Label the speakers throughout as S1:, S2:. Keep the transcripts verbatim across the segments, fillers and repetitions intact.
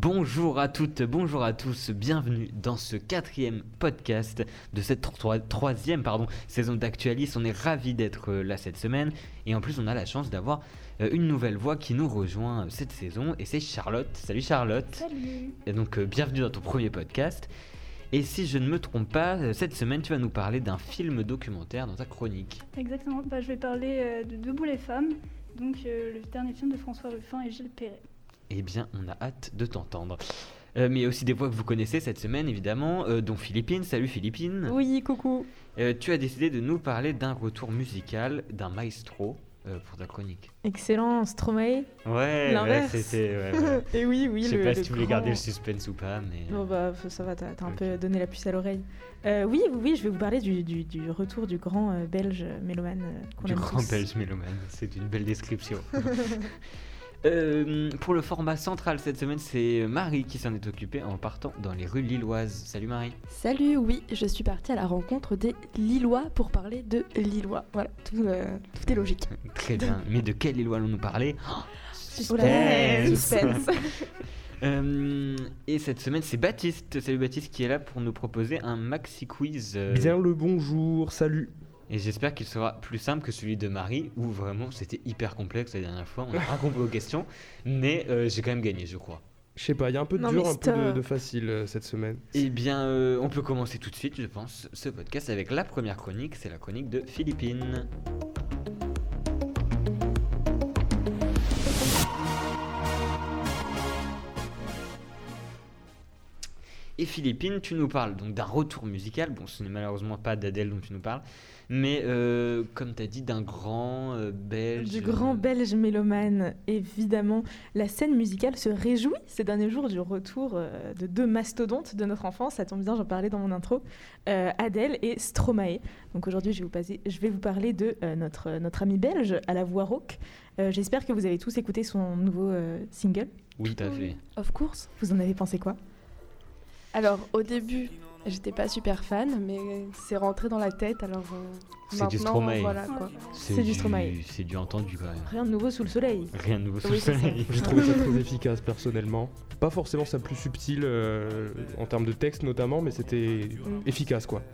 S1: Bonjour à toutes, bonjour à tous, bienvenue dans ce quatrième podcast de cette tro- troisième pardon, saison d'Actualis. On est ravis d'être là cette semaine et en plus on a la chance d'avoir une nouvelle voix qui nous rejoint cette saison et c'est Charlotte. Salut Charlotte.
S2: Salut.
S1: Et donc euh, bienvenue dans ton premier podcast. Et si je ne me trompe pas, cette semaine tu vas nous parler d'un film documentaire dans ta chronique.
S2: Exactement, bah, je vais parler euh, de Debout les femmes, donc euh, le dernier film de François Ruffin et Gilles Perret.
S1: Eh bien, on a hâte de t'entendre. Euh, mais il y a aussi des voix que vous connaissez cette semaine, évidemment, euh, dont Philippine. Salut Philippine.
S3: Oui, coucou.
S1: Euh, tu as décidé de nous parler d'un retour musical d'un maestro euh, pour ta chronique.
S3: Excellent, Stromae.
S1: Ouais,
S3: L'inverse.
S1: ouais, c'était... Ouais, ouais.
S3: Et oui, oui,
S1: Je sais
S3: le,
S1: pas
S3: le
S1: si tu voulais
S3: grand...
S1: garder le suspense ou pas, mais...
S3: Bon bah ça va, t'as, t'as un
S1: Ok.
S3: peu donné la puce à l'oreille. Euh, oui, oui, oui, je vais vous parler du, du, du retour du grand euh, belge mélomane euh, qu'on
S1: Du
S3: aime
S1: grand
S3: tous.
S1: belge mélomane, c'est une belle description. Euh, pour le format central cette semaine, c'est Marie qui s'en est occupée en partant dans les rues lilloises. Salut Marie.
S4: Salut, oui, je suis partie à la rencontre des Lillois pour parler de Lillois. Voilà, tout, euh, tout est logique.
S1: Très bien. Mais de quel Lillois allons-nous parler? Oh,
S3: Oh là là,
S1: suspense.
S3: suspense.
S1: Euh, et cette semaine, c'est Baptiste. Salut Baptiste qui est là pour nous proposer un maxi quiz. euh,
S5: Bien le bonjour, salut.
S1: Et j'espère qu'il sera plus simple que celui de Marie, où vraiment c'était hyper complexe la dernière fois. On n'a pas compris aux questions, mais euh, j'ai quand même gagné, je crois.
S5: Je sais pas, il y a un peu de
S3: Non,
S5: dur,
S3: mais
S5: un peu de,
S3: stop.
S5: de facile euh, cette semaine.
S1: Eh bien, euh, on peut commencer tout de suite, je pense, ce podcast avec la première chronique. C'est la chronique de Philippine. Et Philippine, tu nous parles donc d'un retour musical. Bon, ce n'est malheureusement pas d'Adèle dont tu nous parles, mais euh, comme tu as dit, d'un grand euh, belge.
S3: Du grand belge mélomane, évidemment. La scène musicale se réjouit ces derniers jours du retour euh, de deux mastodontes de notre enfance. Ça tombe bien, j'en parlais dans mon intro. Euh, Adèle et Stromae. Donc aujourd'hui, je vais vous, passer, je vais vous parler de euh, notre, notre ami belge à la voix rauque. Euh, j'espère que vous avez tous écouté son nouveau euh, single.
S1: Oui, tout à fait.
S4: Of course.
S3: Vous en avez pensé quoi ?
S4: Alors, au début, j'étais pas super fan, mais c'est rentré dans la tête, alors euh,
S1: C'est du
S4: maintenant,
S1: Stromae.
S4: voilà quoi.
S3: C'est du Stromae.
S1: C'est du entendu quand même.
S3: Rien de nouveau sous le soleil.
S1: Rien de nouveau sous
S3: Oui,
S1: le
S3: c'est ça.
S1: soleil.
S5: J'ai trouvé ça très efficace personnellement. Pas forcément ça plus subtil euh, en termes de texte notamment, mais c'était
S3: Mm.
S5: efficace quoi.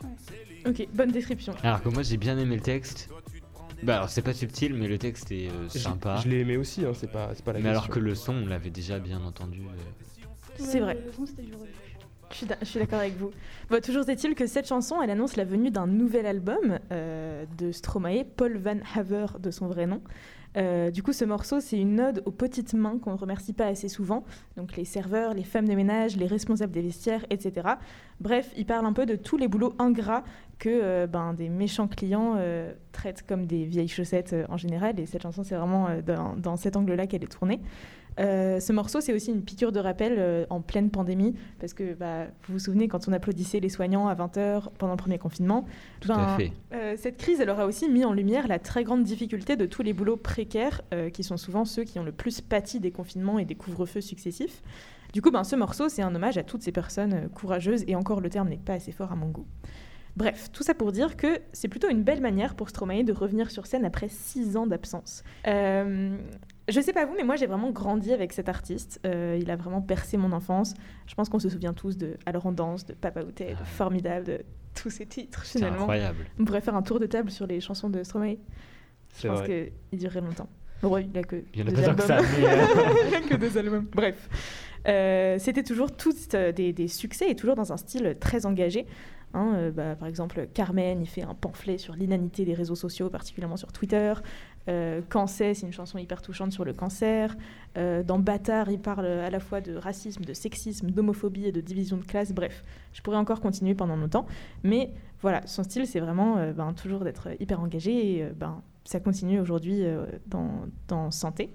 S3: Ok, bonne description.
S1: Alors que moi j'ai bien aimé le texte. Bah alors c'est pas subtil mais le texte est euh,
S5: Je-
S1: sympa.
S5: Je, l'ai aimé aussi, hein, c'est pas, c'est pas la
S1: Mais
S5: question.
S1: alors que le son on l'avait déjà bien entendu. euh.
S3: C'est
S2: Ouais,
S3: vrai.
S2: Le son, c'était du refus.
S3: Je suis, d'a- je suis d'accord avec vous. Bon, toujours est-il que cette chanson, elle annonce la venue d'un nouvel album euh, de Stromae, Paul Van Haver de son vrai nom. Euh, du coup, ce morceau, c'est une ode aux petites mains qu'on ne remercie pas assez souvent. Donc les serveurs, les femmes de ménage, les responsables des vestiaires, et cetera. Bref, il parle un peu de tous les boulots ingrats que euh, ben, des méchants clients euh, traitent comme des vieilles chaussettes euh, en général. Et cette chanson, c'est vraiment euh, dans, dans cet angle-là qu'elle est tournée. Euh, ce morceau, c'est aussi une piqûre de rappel euh, en pleine pandémie, parce que bah, vous vous souvenez quand on applaudissait les soignants à vingt heures pendant le premier confinement.
S1: Tout à fait.
S3: Euh, cette crise, elle aura aussi mis en lumière la très grande difficulté de tous les boulots précaires, euh, qui sont souvent ceux qui ont le plus pâti des confinements et des couvre-feux successifs. Du coup, ben, ce morceau, c'est un hommage à toutes ces personnes euh, courageuses, et encore le terme n'est pas assez fort à mon goût. Bref, tout ça pour dire que c'est plutôt une belle manière pour Stromae de revenir sur scène après six ans d'absence. Euh, je sais pas vous, mais moi j'ai vraiment grandi avec cet artiste. Euh, il a vraiment bercé mon enfance. Je pense qu'on se souvient tous de Alors on danse, de Papa Outé, de Formidable, de tous ces titres
S1: C'est
S3: finalement.
S1: incroyable.
S3: On pourrait faire un tour de table sur les chansons de Stromae. Je
S5: C'est
S3: pense
S5: vrai.
S3: qu'il durerait longtemps. Bon, ouais, il a que
S1: Il y en a
S3: deux
S1: pas tant que ça.
S3: albums.
S1: Mais, euh,
S3: Il a que deux albums. Bref. Euh, c'était toujours tous euh, des, des succès et toujours dans un style très engagé. Hein, euh, bah, par exemple, Carmen, il fait un pamphlet sur l'inanité des réseaux sociaux, particulièrement sur Twitter. Euh, Cancer, c'est une chanson hyper touchante sur le cancer. Euh, dans Bâtard, il parle à la fois de racisme, de sexisme, d'homophobie et de division de classe. Bref, je pourrais encore continuer pendant longtemps. Mais voilà, son style, c'est vraiment euh, ben, toujours d'être hyper engagé. Et euh, ben, ça continue aujourd'hui euh, dans, dans Santé.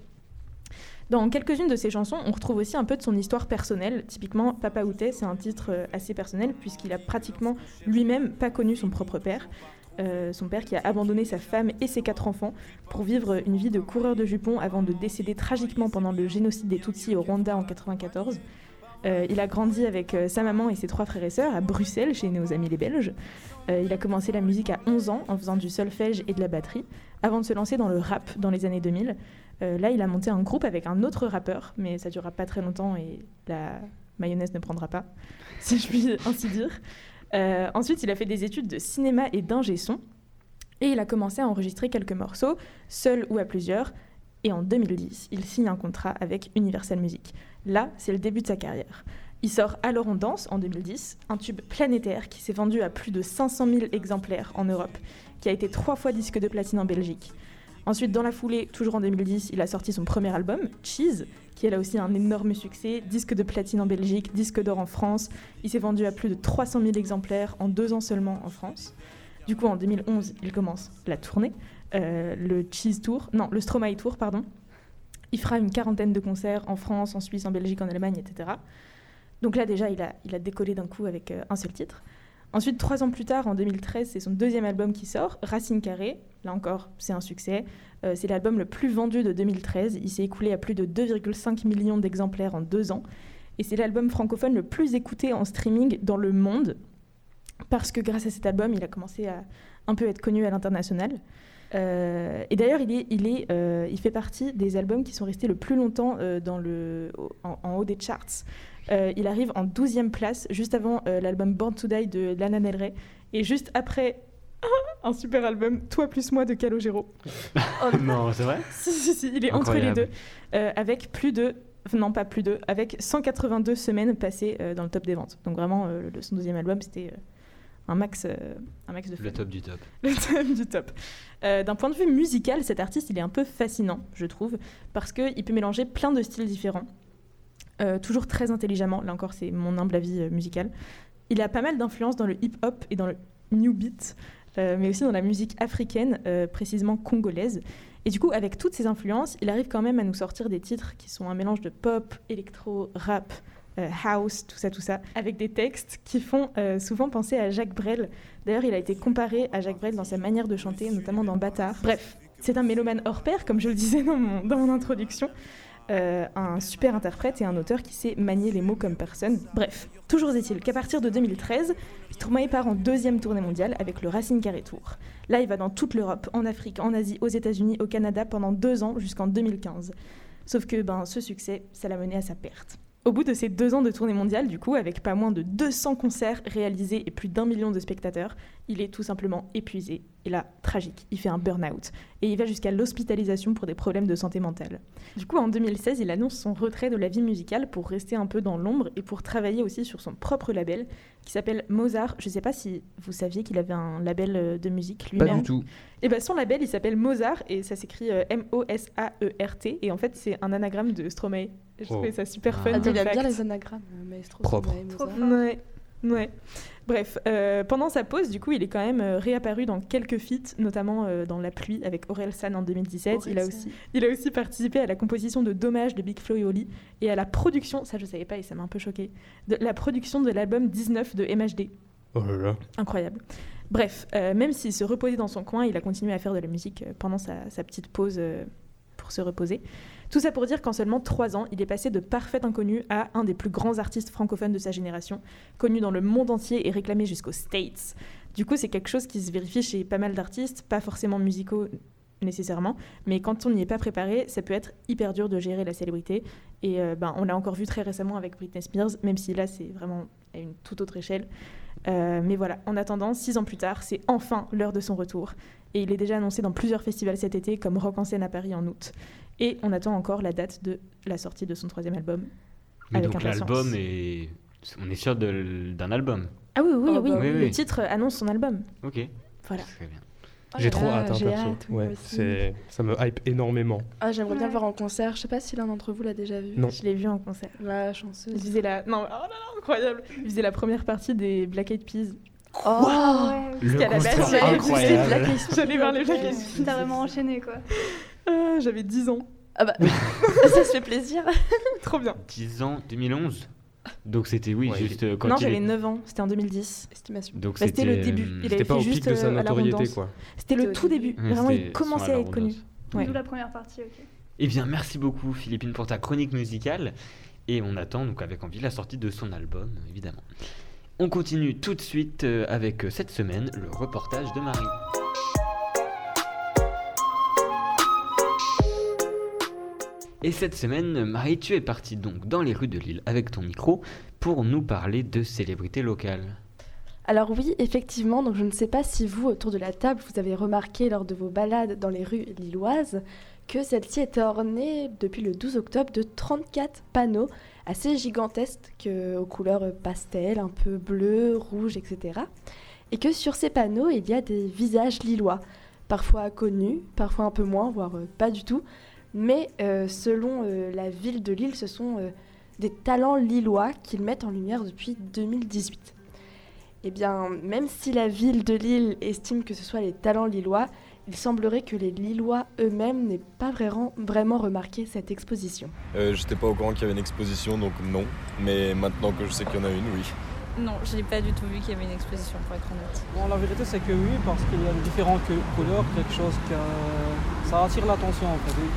S3: Dans quelques-unes de ses chansons, on retrouve aussi un peu de son histoire personnelle. Typiquement, Papa Outé, c'est un titre euh, assez personnel puisqu'il a pratiquement lui-même pas connu son propre père. Euh, son père qui a abandonné sa femme et ses quatre enfants pour vivre une vie de coureur de jupons avant de décéder tragiquement pendant le génocide des Tutsis au Rwanda en quatre-vingt-quatorze. Euh, il a grandi avec euh, sa maman et ses trois frères et sœurs à Bruxelles, chez nos amis les Belges. Euh, il a commencé la musique à onze ans en faisant du solfège et de la batterie, avant de se lancer dans le rap dans les années deux mille. Euh, là, il a monté un groupe avec un autre rappeur, mais ça ne durera pas très longtemps et la mayonnaise ne prendra pas, si je puis ainsi dire. Euh, ensuite, il a fait des études de cinéma et d'ingé son, et il a commencé à enregistrer quelques morceaux, seul ou à plusieurs. Et en deux mille dix, il signe un contrat avec Universal Music. Là, c'est le début de sa carrière. Il sort Alors on danse en deux mille dix, un tube planétaire qui s'est vendu à plus de cinq cent mille exemplaires en Europe, qui a été trois fois disque de platine en Belgique. Ensuite, dans la foulée, toujours en deux mille dix, il a sorti son premier album, Cheese, qui est là aussi un énorme succès, disque de platine en Belgique, disque d'or en France. Il s'est vendu à plus de trois cent mille exemplaires en deux ans seulement en France. Du coup, en deux mille onze, il commence la tournée. Euh, le Cheese Tour, non, le Stromae Tour, pardon. Il fera une quarantaine de concerts en France, en Suisse, en Belgique, en Allemagne, et cetera. Donc là, déjà, il a, il a décollé d'un coup avec euh, un seul titre. Ensuite, trois ans plus tard, en deux mille treize, c'est son deuxième album qui sort, Racine Carrée. Là encore, c'est un succès. Euh, c'est l'album le plus vendu de deux mille treize. Il s'est écoulé à plus de deux virgule cinq millions d'exemplaires en deux ans. Et c'est l'album francophone le plus écouté en streaming dans le monde. Parce que grâce à cet album, il a commencé à un peu être connu à l'international. Euh, et d'ailleurs, il, est, il, est, euh, il fait partie des albums qui sont restés le plus longtemps euh, dans le, en, en haut des charts. Euh, il arrive en douzième place, juste avant euh, l'album Born to Die de Lana Del Rey, et juste après un super album, Toi plus moi de Calogero.
S1: Oh, non, c'est vrai?
S3: Si, si, si, il est Incroyable. Entre les deux, euh, avec plus de, non pas plus de, avec cent quatre-vingt-deux semaines passées euh, dans le top des ventes. Donc vraiment, euh, le, son deuxième album, c'était... Euh, Un max, euh, un max de fun.
S1: Le top du top.
S3: Le top du top. Euh, d'un point de vue musical, cet artiste, il est un peu fascinant, je trouve, parce qu'il peut mélanger plein de styles différents, euh, toujours très intelligemment. Là encore, c'est mon humble avis euh, musical. Il a pas mal d'influence dans le hip-hop et dans le new beat, euh, mais aussi dans la musique africaine, euh, précisément congolaise. Et du coup, avec toutes ces influences, il arrive quand même à nous sortir des titres qui sont un mélange de pop, électro, rap, Euh, house, tout ça, tout ça, avec des textes qui font euh, souvent penser à Jacques Brel. D'ailleurs, il a été comparé à Jacques Brel dans sa manière de chanter, notamment dans Bâtard. Bref, c'est un mélomane hors pair, comme je le disais dans mon, dans mon introduction. Euh, un super interprète et un auteur qui sait manier les mots comme personne. Bref, toujours est-il qu'à partir de deux mille treize, Stromae part en deuxième tournée mondiale avec le Racine Carrée Tour. Là, il va dans toute l'Europe, en Afrique, en Asie, aux États-Unis, au Canada pendant deux ans jusqu'en deux mille quinze. Sauf que ben, ce succès, ça l'a mené à sa perte. Au bout de ces deux ans de tournée mondiale, du coup, avec pas moins de deux cents concerts réalisés et plus d'un million de spectateurs, il est tout simplement épuisé. Et là, tragique, il fait un burn-out. Et il va jusqu'à l'hospitalisation pour des problèmes de santé mentale. Du coup, en deux mille seize, il annonce son retrait de la vie musicale pour rester un peu dans l'ombre et pour travailler aussi sur son propre label qui s'appelle Mozart. Je ne sais pas si vous saviez qu'il avait un label de musique lui-même.
S5: Pas du tout.
S3: Et ben, son label, il s'appelle Mozart et ça s'écrit euh, M O S A E R T. Et en fait, c'est un anagramme de Stromae. Je
S5: Oh.
S3: trouvais ça super fun.
S1: Ah,
S4: Ah,
S3: comme
S4: il aime
S3: fact.
S4: bien les anagrammes, euh, maestro.
S5: Propre.
S4: Stromae, Mozart.
S2: Trop fort.
S3: Ouais, ouais. Bref, euh, pendant sa pause, du coup, il est quand même euh, réapparu dans quelques feats, notamment euh, dans La Pluie avec Orelsan en deux mille dix-sept. Il a,
S4: Orelsan.
S3: aussi, il a aussi participé à la composition de Dommage de Big Flo et Oli et à la production, ça je savais pas et ça m'a un peu choqué, de la production de l'album dix-neuf de M H D.
S5: Oh là là.
S3: Incroyable. Bref, euh, même s'il se reposait dans son coin, il a continué à faire de la musique euh, pendant sa, sa petite pause euh, pour se reposer. Tout ça pour dire qu'en seulement trois ans, il est passé de parfait inconnu à un des plus grands artistes francophones de sa génération, connu dans le monde entier et réclamé jusqu'aux States. Du coup, c'est quelque chose qui se vérifie chez pas mal d'artistes, pas forcément musicaux nécessairement, mais quand on n'y est pas préparé, ça peut être hyper dur de gérer la célébrité. Et euh, ben, on l'a encore vu très récemment avec Britney Spears, même si là, c'est vraiment à une toute autre échelle. Euh, mais voilà, en attendant, six ans plus tard, c'est enfin l'heure de son retour. Et il est déjà annoncé dans plusieurs festivals cet été, comme Rock en scène à Paris en août. Et on attend encore la date de la sortie de son troisième album.
S1: Mais
S3: Avec
S1: donc
S3: impatience.
S1: l'album est... On est sûr de- d'un album.
S3: Ah oui, oui,
S4: Oh,
S3: oui,
S4: bah
S1: oui,
S3: le
S1: oui.
S3: titre annonce son album.
S1: Ok.
S3: Voilà.
S1: Très bien.
S4: Oh
S5: J'ai
S4: là
S5: trop
S4: là,
S5: hâte, hein,
S4: j'ai
S5: perso.
S4: hâte, moi
S5: Ouais,
S4: aussi.
S5: c'est... ça me hype énormément.
S4: Ah, j'aimerais bien
S2: Ouais.
S4: le voir en concert. Je sais pas si l'un d'entre vous l'a déjà vu.
S5: Non.
S3: Je l'ai vu en concert.
S4: La
S3: Il
S4: chanceuse.
S3: faisait la... Non, oh là là, incroyable. Il faisait la première partie des Black Eyed Peas.
S4: Oh
S2: Ouais.
S1: Le
S3: C'était à la
S1: concert
S3: base, j'avais vu
S1: incroyable.
S3: Black Eyed Peas. J'allais voir les Black Eyed Peas.
S2: T'as vraiment enchaîné quoi.
S3: Ah, j'avais dix ans.
S4: Ah bah, ça se fait plaisir.
S3: Trop bien.
S1: dix ans, deux mille onze. Donc c'était, oui,
S5: Ouais,
S1: juste euh, quand
S3: Non,
S1: il
S3: j'avais
S1: est-
S3: neuf ans. C'était en deux mille dix.
S4: Estimation.
S1: Donc
S3: Bah, c'était le début.
S1: euh,
S3: Il
S5: C'était
S3: avait
S5: pas
S3: fait
S5: au pic
S3: juste
S5: de
S3: euh,
S5: sa
S3: à la
S5: notoriété,
S3: Abondance.
S5: quoi.
S3: C'était le
S4: C'était au
S3: tout début.
S1: Ouais,
S3: Vraiment,
S1: c'était
S3: il commençait
S1: son
S3: à être connu.
S1: abondance.
S3: Ouais.
S2: D'où la première partie, ok.
S1: Eh bien, merci beaucoup Philippine pour ta chronique musicale. Et on attend donc avec envie la sortie de son album, évidemment. On continue tout de suite euh, avec euh, cette semaine le reportage de Marie. Et cette semaine, Marie, tu es partie donc dans les rues de Lille avec ton micro pour nous parler de célébrités locales.
S4: Alors oui, effectivement, donc je ne sais pas si vous, autour de la table, vous avez remarqué lors de vos balades dans les rues lilloises que celle-ci était ornée depuis le douze octobre de trente-quatre panneaux assez gigantesques que, aux couleurs pastel, un peu bleu, rouge, et cetera. Et que sur ces panneaux, il y a des visages lillois, parfois connus, parfois un peu moins, voire euh, pas du tout. Mais euh, selon euh, la ville de Lille, ce sont euh, des talents lillois qu'ils mettent en lumière depuis deux mille dix-huit. Eh bien, même si la ville de Lille estime que ce soit les talents lillois, il semblerait que les Lillois eux-mêmes n'aient pas vraiment, vraiment remarqué cette exposition.
S6: Euh, j'étais pas au courant qu'il y avait une exposition, donc non. Mais maintenant que je sais qu'il y en a une, oui.
S7: Non, je n'ai pas du tout vu qu'il y avait une exposition, pour être honnête.
S8: Bon, la vérité, c'est que oui, parce qu'il y a différentes couleurs, quelque chose que ça attire l'attention, en fait. Oui.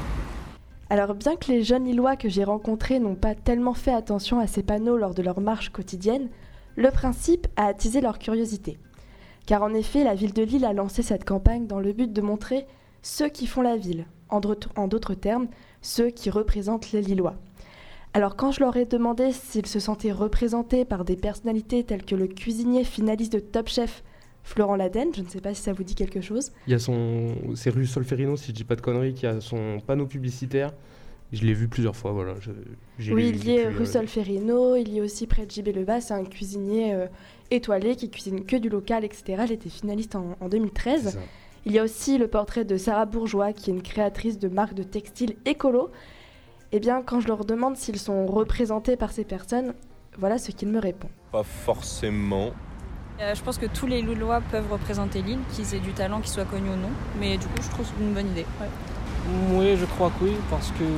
S4: Alors, bien que les jeunes Lillois que j'ai rencontrés n'ont pas tellement fait attention à ces panneaux lors de leur marche quotidienne, le principe a attisé leur curiosité. Car en effet, la ville de Lille a lancé cette campagne dans le but de montrer ceux qui font la ville, en d'autres termes, ceux qui représentent les Lillois. Alors quand je leur ai demandé s'ils se sentaient représentés par des personnalités telles que le cuisinier finaliste de Top Chef, Florent Ladenne, je ne sais pas si ça vous dit quelque chose.
S5: Il y a son, c'est rue Solferino, si je dis pas de conneries, qui a son panneau publicitaire. Je l'ai vu plusieurs fois, voilà. Je, j'ai
S4: oui,
S5: lu,
S4: il y est
S5: depuis,
S4: rue
S5: euh...
S4: Solferino, il y est aussi près de J B Lebas, c'est un cuisinier euh, étoilé qui cuisine que du local, et cetera. Il était finaliste en, en deux mille treize. Il y a aussi le portrait de Sarah Bourgeois, qui est une créatrice de marques de textiles écolo. Eh bien, quand je leur demande s'ils sont représentés par ces personnes, voilà ce qu'ils me répondent.
S6: Pas forcément.
S7: Euh, je pense que tous les Lillois peuvent représenter Lille, qu'ils aient du talent, qu'ils soient connus ou non. Mais du coup, je trouve que c'est une bonne idée. Ouais.
S8: Oui, je crois que oui, parce que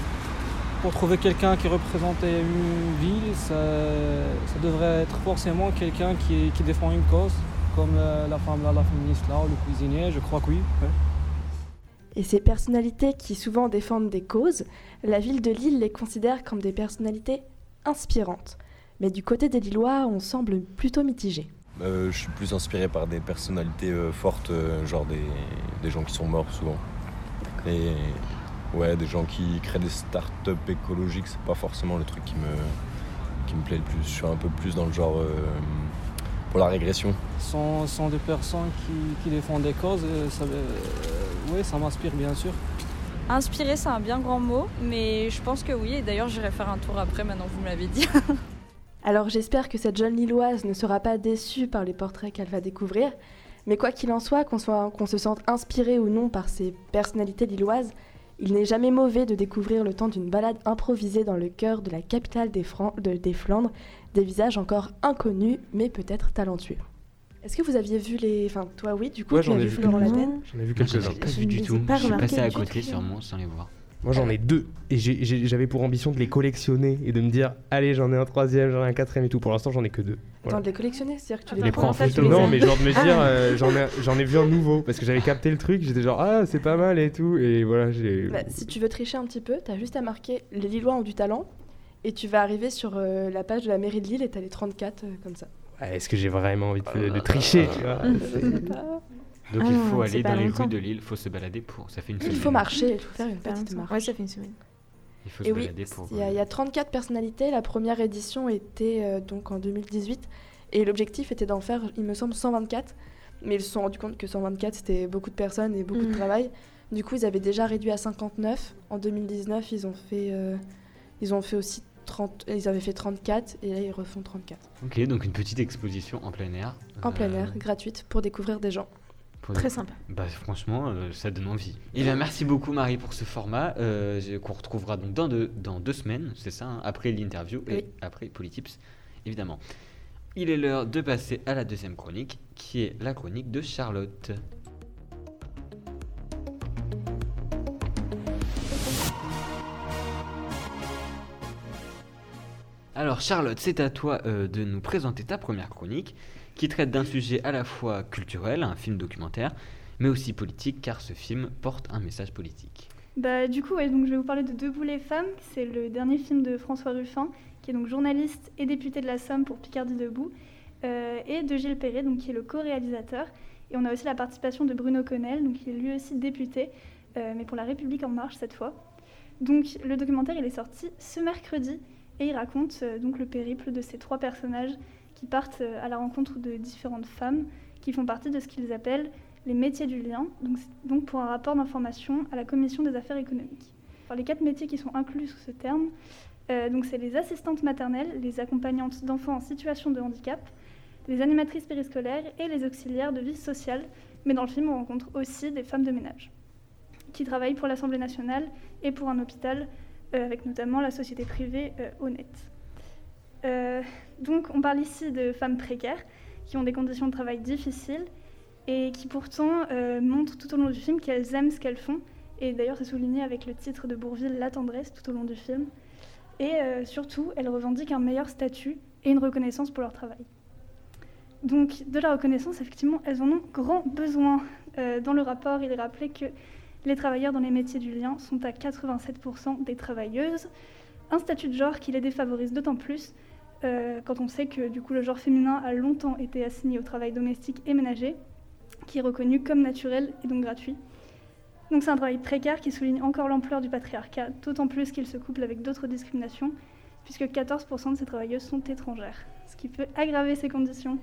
S8: pour trouver quelqu'un qui représentait une ville, ça, ça devrait être forcément quelqu'un qui, qui défend une cause, comme la, la femme là, la féministe là, ou le cuisinier, je crois que oui. Ouais.
S4: Et ces personnalités qui souvent défendent des causes, la ville de Lille les considère comme des personnalités inspirantes. Mais du côté des Lillois, on semble plutôt mitigé.
S6: Euh, je suis plus inspiré par des personnalités euh, fortes, euh, genre des, des gens qui sont morts souvent. Et ouais, des gens qui créent des start-up écologiques, c'est pas forcément le truc qui me, qui me plaît le plus. Je suis un peu plus dans le genre euh, pour la régression.
S8: Ce sont, sont des personnes qui, qui défendent des causes, ça, euh, oui, ça m'inspire bien sûr.
S7: Inspirer, c'est un bien grand mot, mais je pense que oui, et d'ailleurs j'irai faire un tour après, maintenant que vous me l'avez dit.
S4: Alors j'espère que cette jeune Lilloise ne sera pas déçue par les portraits qu'elle va découvrir. Mais quoi qu'il en soit, qu'on, soit, qu'on se sente inspiré ou non par ces personnalités lilloises, il n'est jamais mauvais de découvrir le temps d'une balade improvisée dans le cœur de la capitale des, Fran- de, des Flandres, des visages encore inconnus, mais peut-être talentueux. Est-ce que vous aviez vu les... Enfin, toi oui, du coup,
S5: ouais,
S4: tu as vu, vu Florent Ladenne ?
S5: J'en ai vu
S1: Moi,
S5: quelques-uns.
S1: j'en ai pas
S3: Je
S1: vu
S3: ne
S1: du
S3: les ai
S1: tout.
S3: pas
S1: Je suis
S3: remarqués
S1: passé à
S3: du
S1: côté
S3: tout.
S1: sûrement sans les voir.
S5: Moi j'en ai deux et j'ai, j'ai, j'avais pour ambition de les collectionner et de me dire allez j'en ai un troisième, j'en ai un quatrième et tout. Pour l'instant j'en ai que deux. Voilà.
S4: Attends, de les collectionner, c'est-à-dire que tu
S7: Les
S4: les,
S1: prends en
S4: ça, tu
S1: photo.
S4: les
S5: Non
S4: aimes.
S5: mais genre de me dire euh, j'en, ai, j'en ai vu un nouveau parce que j'avais capté le truc, j'étais genre ah c'est pas mal et tout et voilà j'ai...
S4: Bah, si tu veux tricher un petit peu, t'as juste à marquer « Les Lillois ont du talent » et tu vas arriver sur euh, la page de la mairie de Lille et t'as les trente-quatre euh, comme ça.
S5: Ouais, est-ce que j'ai vraiment envie de, de tricher tu vois c'est...
S1: Donc
S3: Ah
S1: il
S3: non,
S1: faut
S3: c'est
S1: aller
S3: pas
S1: dans les
S3: longtemps.
S1: rues de Lille, il faut se balader pour. Ça fait une semaine.
S4: Il faut marcher, il faut faire une
S3: Pas
S4: petite
S3: longtemps.
S4: marche.
S3: Ouais, ça fait une semaine.
S1: Il faut
S4: Et
S1: se
S4: oui,
S1: balader pour.
S4: il y, a- il y a trente-quatre personnalités. La première édition était euh, donc en deux mille dix-huit et l'objectif était d'en faire, il me semble, cent vingt-quatre. Mais ils se sont rendus compte que cent vingt-quatre c'était beaucoup de personnes et beaucoup
S3: Mhm.
S4: de travail. Du coup, ils avaient déjà réduit à cinquante-neuf. En deux mille dix-neuf, ils ont fait, euh, ils ont fait aussi trente. Ils avaient fait trente-quatre et là ils refont trente-quatre.
S1: Ok, donc une petite exposition en plein air.
S4: En plein
S1: Euh,
S4: air, gratuite pour découvrir des gens.
S1: pour
S3: Très
S1: des-
S3: sympa.
S1: Bah franchement, euh, ça donne envie. Et bien merci beaucoup Marie pour ce format euh, je- qu'on retrouvera donc dans deux, dans deux semaines, c'est ça, hein, après l'interview et
S4: Oui.
S1: après Polytips, évidemment. Il est l'heure de passer à la deuxième chronique, qui est la chronique de Charlotte. Alors Charlotte, c'est à toi euh, de nous présenter ta première chronique, qui traite d'un sujet à la fois culturel, un film documentaire, mais aussi politique, car ce film porte un message politique.
S2: Bah, du coup, ouais, donc je vais vous parler de Debout les femmes. C'est le dernier film de François Ruffin, qui est donc journaliste et député de la Somme pour Picardie Debout, euh, et de Gilles Perret, donc, qui est le co-réalisateur. Et on a aussi la participation de Bruno Connell, donc, qui est lui aussi député, euh, mais pour La République En Marche cette fois. Donc le documentaire il est sorti ce mercredi et il raconte euh, donc, le périple de ces trois personnages qui partent euh, à la rencontre de différentes femmes qui font partie de ce qu'ils appellent les métiers du lien, donc, donc pour un rapport d'information à la Commission des affaires économiques. Alors, les quatre métiers qui sont inclus sous ce terme, euh, donc c'est les assistantes maternelles, les accompagnantes d'enfants en situation de handicap, les animatrices périscolaires et les auxiliaires de vie sociale. Mais dans le film, on rencontre aussi des femmes de ménage qui travaillent pour l'Assemblée nationale et pour un hôpital, euh, avec notamment la société privée euh, Honnête. Euh, donc on parle ici de femmes précaires qui ont des conditions de travail difficiles et qui pourtant euh, montrent tout au long du film qu'elles aiment ce qu'elles font. Et d'ailleurs, c'est souligné avec le titre de Bourvil, La tendresse, tout au long du film. Et euh, surtout, elles revendiquent un meilleur statut et une reconnaissance pour leur travail. Donc, de la reconnaissance, effectivement, elles en ont grand besoin. Euh, dans le rapport, il est rappelé que les travailleurs dans les métiers du lien sont à quatre-vingt-sept pour cent des travailleuses. Un statut de genre qui les défavorise d'autant plus euh, quand on sait que du coup, le genre féminin a longtemps été assigné au travail domestique et ménager, qui est reconnu comme naturel et donc gratuit. Donc c'est un travail précaire qui souligne encore l'ampleur du patriarcat, d'autant plus qu'il se couple avec d'autres discriminations, puisque quatorze pour cent de ces travailleuses sont étrangères, ce qui peut aggraver ces conditions.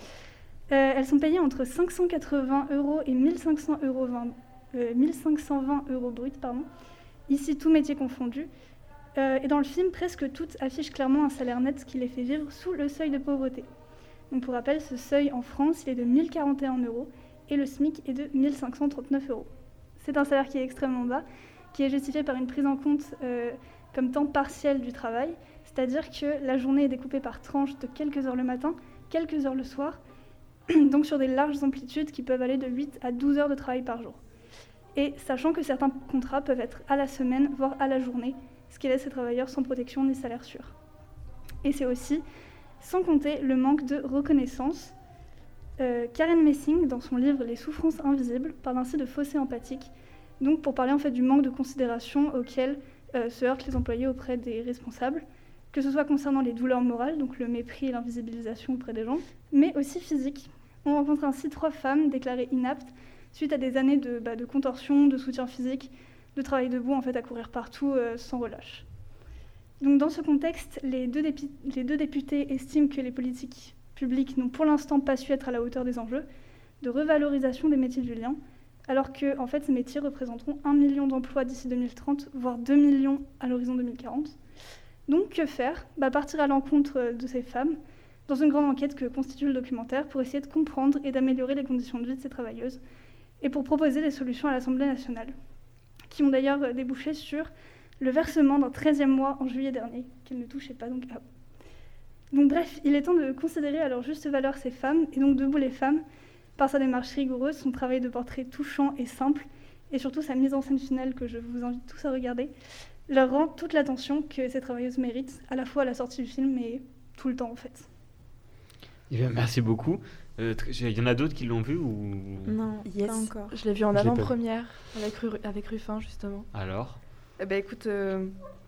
S2: Euh, elles sont payées entre cinq cent quatre-vingts euros et mille cinq cents euros, euh, mille cinq cent vingt euros bruts, pardon. Ici, tout métier confondu. Euh, et dans le film, presque toutes affichent clairement un salaire net qui les fait vivre sous le seuil de pauvreté. Donc pour rappel, ce seuil en France, il est de mille quarante et un euros et le SMIC est de mille cinq cent trente-neuf euros. C'est un salaire qui est extrêmement bas, qui est justifié par une prise en compte euh, comme temps partiel du travail, c'est-à-dire que la journée est découpée par tranches de quelques heures le matin, quelques heures le soir, donc sur des larges amplitudes qui peuvent aller de huit à douze heures de travail par jour. Et sachant que certains contrats peuvent être à la semaine, voire à la journée, ce qui laisse ces travailleurs sans protection ni salaire sûr. Et c'est aussi, sans compter le manque de reconnaissance. Euh, Karen Messing, dans son livre « Les souffrances invisibles », parle ainsi de fossé empathique, donc pour parler en fait du manque de considération auquel euh, se heurtent les employés auprès des responsables, que ce soit concernant les douleurs morales, donc le mépris et l'invisibilisation auprès des gens, mais aussi physiques. On rencontre ainsi trois femmes déclarées inaptes suite à des années de, bah, de contorsion, de soutien physique, de travail debout en fait à courir partout euh, sans relâche. Donc dans ce contexte, les deux, dépi- les deux députés estiment que les politiques publiques n'ont pour l'instant pas su être à la hauteur des enjeux de revalorisation des métiers du lien, alors que en fait, ces métiers représenteront un million d'emplois d'ici deux mille trente, voire deux millions à l'horizon deux mille quarante. Donc que faire ? Bah, partir à l'encontre de ces femmes dans une grande enquête que constitue le documentaire pour essayer de comprendre et d'améliorer les conditions de vie de ces travailleuses et pour proposer des solutions à l'Assemblée nationale, qui ont d'ailleurs débouché sur le versement d'un treizième mois en juillet dernier, qu'elles ne touchaient pas donc à eux. Donc bref, il est temps de considérer à leur juste valeur ces femmes, et donc Debout les femmes, par sa démarche rigoureuse, son travail de portrait touchant et simple, et surtout sa mise en scène finale que je vous invite tous à regarder, leur rend toute l'attention que ces travailleuses méritent, à la fois à la sortie du film et tout le temps en fait.
S1: Eh bien, merci beaucoup. Euh, Il y en a d'autres qui l'ont vu ou...
S3: Non,
S4: Yes.
S3: pas encore.
S4: Je l'ai vu en
S5: Je l'ai pas vu.
S4: avant-première avec, Ru- avec Ruffin justement.
S1: Alors
S4: Eh ben écoute, euh,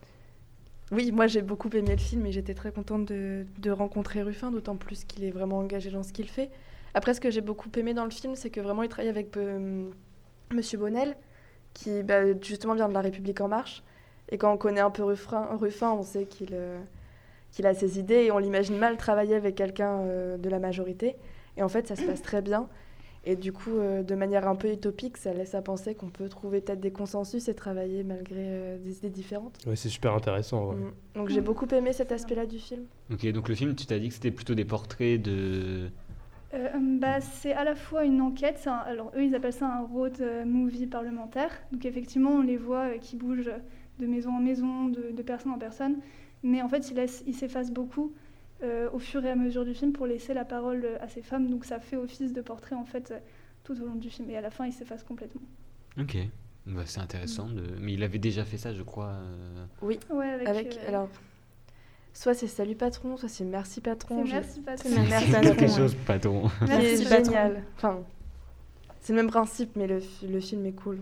S4: oui, moi j'ai beaucoup aimé le film et j'étais très contente de, de rencontrer Ruffin, d'autant plus qu'il est vraiment engagé dans ce qu'il fait. Après, ce que j'ai beaucoup aimé dans le film, c'est que vraiment il travaille avec euh, Monsieur Bonnel, qui bah, justement vient de La République En Marche. Et quand on connaît un peu Ruffin, Ruffin on sait qu'il, euh, qu'il a ses idées et on l'imagine mal travailler avec quelqu'un euh, de la majorité. Et en fait, ça se passe très bien. Et du coup, euh, de manière un peu utopique, ça laisse à penser qu'on peut trouver peut-être des consensus et travailler malgré euh, des idées différentes.
S5: Ouais, c'est super intéressant. Ouais.
S4: Mm. Donc j'ai beaucoup aimé cet aspect-là du film.
S1: Ok, donc le film, tu t'as dit que c'était plutôt des portraits de...
S2: Euh, bah, c'est à la fois une enquête, c'est un- alors eux ils appellent ça un road euh, movie parlementaire, donc effectivement on les voit euh, qui bougent de maison en maison, de, de personne en personne, mais en fait ils, laissent, ils s'effacent beaucoup euh, au fur et à mesure du film pour laisser la parole euh, à ces femmes, donc ça fait office de portrait en fait euh, tout au long du film, et à la fin ils s'effacent complètement.
S1: Ok, bah, c'est intéressant, de... mais il avait déjà fait ça, je crois. euh,
S4: Oui,
S2: Ouais, avec,
S4: avec...
S2: euh,
S4: alors, soit c'est Salut Patron, soit c'est Merci
S2: c'est
S4: Patron. je-
S2: merci Patrick.
S3: C'est merci.
S1: C'est
S3: Patron,
S1: quelque
S3: ouais.
S1: chose, patron.
S4: C'est
S2: Merci,
S4: génial. Enfin, c'est le même principe, mais le, fi- le film est cool.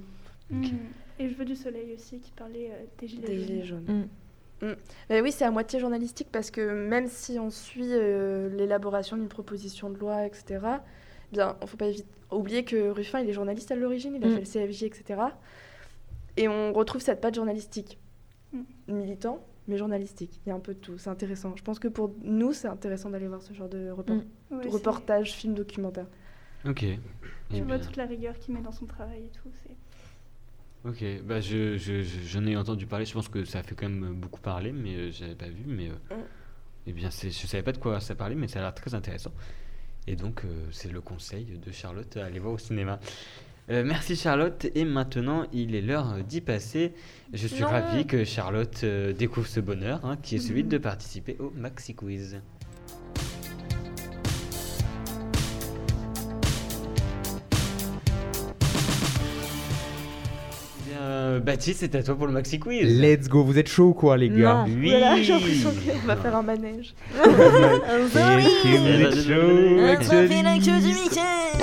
S2: Mmh. Et Je veux du soleil aussi, qui parlait euh, des gilets
S4: Des
S2: jaunes.
S4: gilets jaunes.
S3: Mm.
S4: Mm. Mais oui, c'est à moitié journalistique parce que même si on suit euh, l'élaboration d'une proposition de loi, et cetera, bien, il ne faut pas éviter, oublier que Ruffin, il est journaliste à l'origine, il a
S3: Mm.
S4: fait le C F J, et cetera. Et on retrouve cette patte journalistique.
S2: Mm.
S4: Militant, mais journalistique. Il y a un peu de tout. C'est intéressant. Je pense que pour nous, c'est intéressant d'aller voir ce genre de report-
S3: Mm.
S2: Ouais,
S4: de
S2: c'est-
S4: reportage, film, documentaire.
S1: Ok. Eh
S2: Tu vois
S1: bien.
S2: toute la rigueur qu'il met dans son travail et tout. C'est...
S1: Ok, bah je, je, je- j'en ai entendu parler, je pense que ça a fait quand même beaucoup parler, mais euh, j'avais pas vu, mais euh,
S4: Mm.
S1: eh bien c'est, je savais pas de quoi ça parlait, mais ça a l'air très intéressant. Et donc euh, c'est le conseil de Charlotte à aller voir au cinéma. Euh, merci Charlotte, et maintenant il est l'heure d'y passer. Je suis
S4: Non.
S1: ravi que Charlotte euh, découvre ce bonheur, hein, qui est celui de participer au Maxi Quiz. Bien, euh, Baptiste, c'est à toi pour le Maxi Quiz.
S5: Let's go, vous êtes chaud ou quoi les gars?
S3: Non.
S1: Oui.
S4: Voilà, j'ai l'impression qu'on va faire un manège.
S5: Est-ce que vous êtes chaud, actualiste?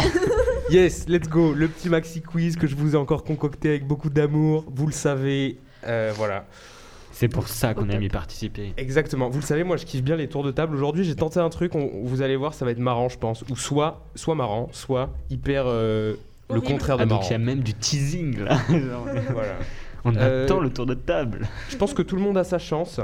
S5: Yes, let's go. Le petit maxi quiz que je vous ai encore concocté avec beaucoup d'amour. Vous le savez, euh, voilà.
S1: C'est pour ça qu'on aime y participer.
S5: Exactement. Vous le savez, moi je kiffe bien les tours de table. Aujourd'hui, j'ai tenté un truc. On, vous allez voir, ça va être marrant, je pense. Ou soit, soit marrant, soit hyper euh, le
S4: Horrible.
S5: contraire de
S1: Ah, donc
S5: marrant.
S1: il y a même du teasing là. Genre,
S5: Voilà.
S1: on
S5: Euh,
S1: attend le tour de table.
S5: Je pense que tout le monde a sa chance.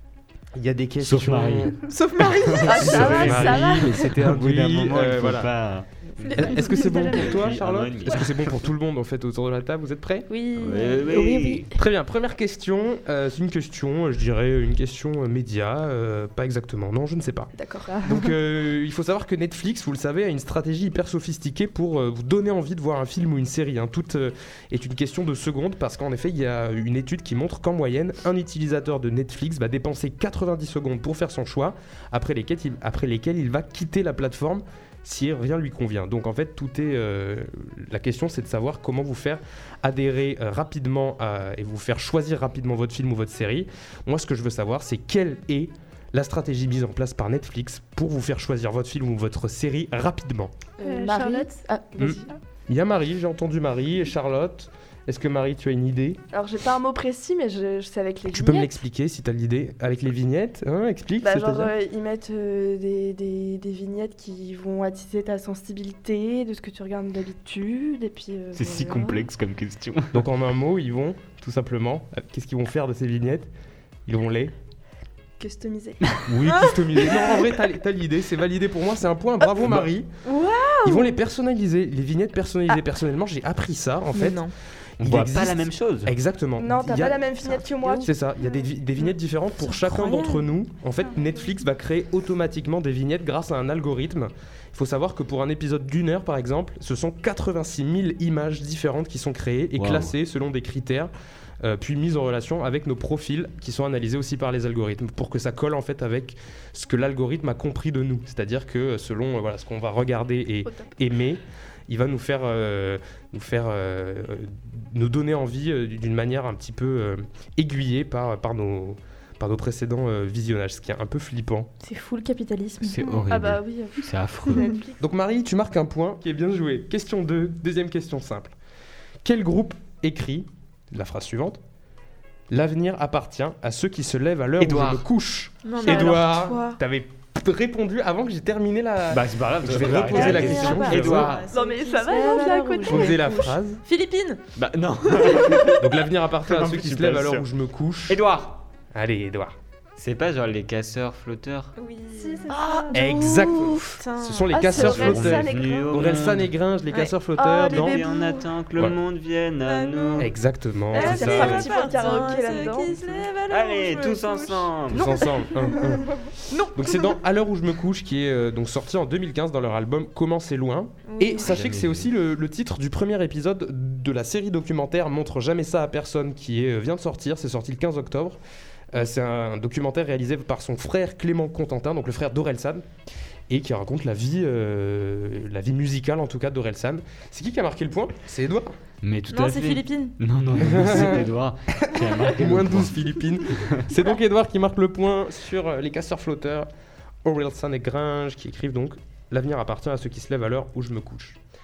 S5: Il y a des questions.
S1: Sauf Marie.
S4: Sauf Marie. Ah, ça
S5: Sauf
S4: va, ça va.
S5: Marie, mais c'était un
S1: Au bout d'un
S5: oui,
S1: moment,
S5: euh,
S1: il faut
S5: voilà.
S1: pas.
S5: Est-ce que c'est bon pour toi,
S1: Oui,
S5: Charlotte?
S1: un an et demi.
S5: Est-ce que c'est bon pour tout le monde en fait autour de la table? Vous êtes prêts?
S4: Oui.
S1: Oui, oui.
S4: oui, oui.
S5: Très bien. Première question. euh, c'est une question, euh, je dirais une question euh, média, euh, pas exactement. Non, je ne sais pas.
S4: D'accord.
S5: Donc, euh, il faut savoir que Netflix, vous le savez, a une stratégie hyper sophistiquée pour euh, vous donner envie de voir un film ou une série. Hein. Tout euh, est une question de secondes parce qu'en effet, il y a une étude qui montre qu'en moyenne, un utilisateur de Netflix va dépenser quatre-vingt-dix secondes pour faire son choix, après lesquelles il, après lesquelles il va quitter la plateforme si rien lui convient. Donc en fait, tout est. Euh, la question, c'est de savoir comment vous faire adhérer euh, rapidement à- et vous faire choisir rapidement votre film ou votre série. Moi, ce que je veux savoir, c'est quelle est la stratégie mise en place par Netflix pour vous faire choisir votre film ou votre série rapidement.
S2: Euh,
S4: Marie.
S2: Charlotte.
S4: Ah, vas-y.
S5: Mm. Il y a Marie, j'ai entendu Marie et Charlotte. Est-ce que Marie, tu as une idée?
S4: Alors, j'ai pas un mot précis, mais je, je sais avec les
S5: Tu peux me
S4: vignettes.
S5: l'expliquer si tu as l'idée avec les vignettes, hein, explique.
S4: Bah, genre,
S5: c'est-à-dire
S4: euh, ils mettent euh, des, des, des vignettes qui vont attiser ta sensibilité, de ce que tu regardes d'habitude, et puis... euh,
S1: C'est si
S4: voilà.
S1: complexe comme question.
S5: Donc en un mot, ils vont tout simplement. euh, Qu'est-ce qu'ils vont faire de ces vignettes? Ils vont les.
S4: Customiser.
S5: Oui, customiser. Non, en vrai, t'as, t'as l'idée, c'est validé pour moi, c'est un point. Bravo Marie.
S4: Waouh.
S5: Ils vont les personnaliser, les vignettes personnalisées. Personnellement, j'ai appris ça en fait.
S3: Mais non.
S1: On
S5: Il
S1: voit
S5: existe-
S1: pas la même chose.
S5: Exactement.
S4: Non, t'as
S5: Il y a-
S4: pas la même vignette que moi.
S5: C'est ça, il y a des, vi- des vignettes différentes pour
S3: C'est
S5: chacun
S3: incroyable.
S5: d'entre nous. En fait, Netflix va créer automatiquement des vignettes grâce à un algorithme. Il faut savoir que pour un épisode d'une heure, par exemple, ce sont quatre-vingt-six mille images différentes qui sont créées et
S1: Wow.
S5: classées selon des critères, euh, puis mises en relation avec nos profils qui sont analysés aussi par les algorithmes pour que ça colle en fait avec ce que l'algorithme a compris de nous. C'est-à-dire que selon euh, voilà, ce qu'on va regarder et
S4: Au top.
S5: aimer, il va nous faire, euh, nous, faire euh, euh, nous donner envie euh, d'une manière un petit peu euh, aiguillée par, par, nos, par nos précédents euh, visionnages, ce qui est un peu flippant.
S3: C'est fou le capitalisme.
S1: C'est horrible.
S4: Ah bah oui.
S1: C'est affreux.
S4: Netflix.
S5: Donc Marie, tu marques un point qui est bien joué. Question deux, deuxième question simple. Quel groupe écrit la phrase suivante? L'avenir appartient à ceux qui se lèvent à l'heure où
S1: Édouard.
S5: je me couche.
S3: Non, mais
S5: Édouard,
S4: toi.
S5: t'avais répondu avant que j'ai terminé la...
S1: Bah c'est pas grave.
S5: Je vais
S1: tu vas
S5: reposer
S1: arrêter
S5: la
S1: la
S5: question.
S3: bah,
S1: Édouard.
S4: Non mais ça va,
S3: Ouais,
S4: non, j'ai à
S3: alors,
S4: côté.
S3: je-
S5: poser la phrase.
S3: Philippines.
S1: Bah non.
S5: Donc l'avenir appartient à
S1: Non,
S5: ceux
S1: mais
S5: qui
S1: je
S5: se
S1: suis
S5: lèvent
S1: pas
S5: à l'heure
S1: sûr.
S5: où je me couche.
S1: Édouard.
S5: Allez, Édouard.
S1: C'est pas genre les casseurs flotteurs.
S4: Oui.
S2: Si, c'est
S4: Ah,
S2: ça.
S5: Exact.
S3: Putain.
S5: Ce sont les
S4: Ah,
S5: casseurs
S4: c'est Orelsan
S5: flotteurs.
S4: et Gringe.
S5: Orelsan et Gringe, les
S3: Ouais.
S5: casseurs
S4: Oh,
S5: flotteurs
S4: les
S5: dans...
S4: bébés.
S1: Et on attend que le
S5: Voilà.
S1: monde vienne à
S4: Ah
S1: nous.
S4: non.
S5: Exactement,
S4: Eh,
S5: c'est
S4: c'est
S5: ça.
S4: pas un petit peu de karaoké là-dedans.
S1: Allez, tous ensemble.
S5: Tous ensemble. un, un. Donc c'est dans À l'heure où je me couche qui est euh, donc sorti en deux mille quinze dans leur album Comment c'est loin. Et sachez
S1: Jamais
S5: que c'est
S1: vu.
S5: aussi le, le titre du premier épisode de la série documentaire Montre jamais ça à personne qui est, euh, vient de sortir. C'est sorti le quinze octobre. Euh, c'est un documentaire réalisé par son frère Clément Contentin, donc le frère d'Orelsan, et qui raconte la vie, euh, la vie musicale en tout cas d'Orelsan. C'est qui qui a marqué le point? C'est Edouard.
S1: Mais tout
S3: Non,
S1: à
S3: c'est
S1: fait.
S3: Philippines.
S1: Non, non, non, c'est Edouard qui a marqué le
S5: Moins de
S1: point.
S5: douze Philippines. C'est donc Edouard qui marque le point sur euh, les casseurs flotteurs, Orelsan et Gringe qui écrivent donc L'avenir appartient à ceux qui se lèvent à l'heure où je me couche.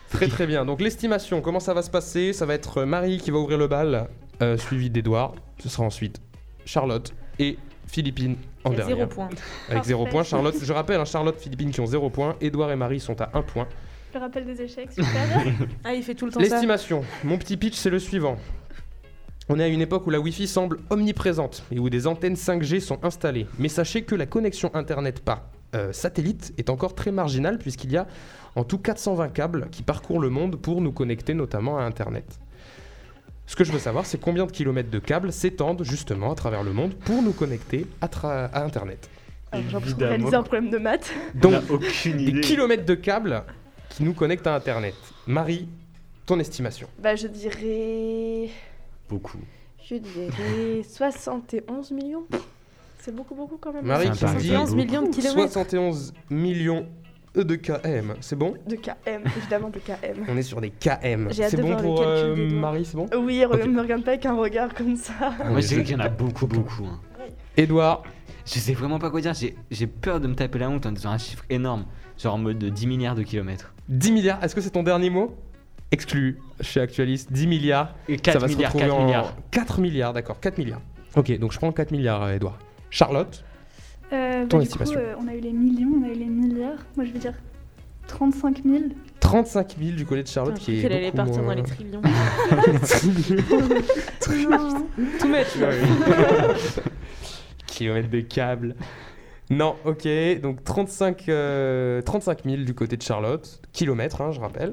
S5: Très très bien. Donc l'estimation, comment ça va se passer? Ça va être Marie qui va ouvrir le bal, euh, suivi d'Edouard. Ce sera ensuite Charlotte et Philippine en
S3: Il y a
S5: dernière.
S3: zéro point.
S5: Avec zéro
S2: Parfait.
S5: point. Charlotte, je rappelle, hein, Charlotte, Philippine qui ont zéro point. Edouard et Marie sont à un point.
S2: Le rappel des échecs, super.
S3: Ah, il fait tout le temps ça.
S5: L'estimation, mon petit pitch, c'est le suivant. On est à une époque où la Wi-Fi semble omniprésente et où des antennes cinq G sont installées. Mais sachez que la connexion Internet par euh, satellite est encore très marginale puisqu'il y a en tout quatre cent vingt câbles qui parcourent le monde pour nous connecter notamment à Internet. Ce que je veux savoir, c'est combien de kilomètres de câbles s'étendent justement à travers le monde pour nous connecter à, tra- à Internet.
S4: Alors, j'ai l'impression de
S1: Évidemment.
S4: réaliser un problème de maths.
S1: On
S5: Donc,
S1: n'a aucune
S5: des
S1: idée.
S5: kilomètres de câbles qui nous connectent à Internet. Marie, ton estimation?
S4: Bah, je dirais.
S1: Beaucoup.
S4: Je dirais soixante et onze millions. C'est beaucoup, beaucoup quand même.
S5: Marie
S1: C'est un
S5: qui
S1: pari.
S5: dit
S3: soixante et onze millions de kilomètres.
S5: soixante et onze millions de K M, c'est bon?
S4: De K M, évidemment de K M.
S5: On est sur des K M.
S4: J'ai hâte
S5: C'est
S4: de
S5: bon
S4: voir le
S5: pour
S4: calcul
S5: euh,
S4: des doigts.
S5: Marie, c'est bon?
S4: Oui, re-
S5: Ok.
S4: me regarde pas avec un regard comme ça.
S1: Moi, je dirais qu'il y en a beaucoup, beaucoup. hein.
S5: Edouard,
S1: Je sais vraiment pas quoi dire. J'ai, j'ai peur de me taper la honte en disant un chiffre énorme. Genre en mode de dix milliards de kilomètres.
S5: dix milliards, est-ce que c'est ton dernier mot? Exclu chez Actualiste, dix milliards.
S1: Et
S5: Ça
S1: quatre
S5: va se
S1: milliards,
S5: retrouver
S1: quatre
S5: en
S1: milliards.
S5: quatre milliards, d'accord, quatre milliards. Ok, donc je prends quatre milliards, euh, Edouard. Charlotte,
S2: Euh,
S5: Ton
S2: bah, du coup,
S5: estimation.
S2: euh, on a eu les millions, on a eu les milliards. Moi, je vais dire trente-cinq mille.
S5: trente-cinq mille du côté de Charlotte qui est
S3: qu'elle allait
S5: beaucoup
S3: partir
S5: moins-
S3: dans les trillions.
S2: Non.
S3: Tout mettre.
S5: Kilomètres de câbles. Non, ok, donc trente-cinq, euh, trente-cinq mille du côté de Charlotte. Kilomètres, hein, je rappelle.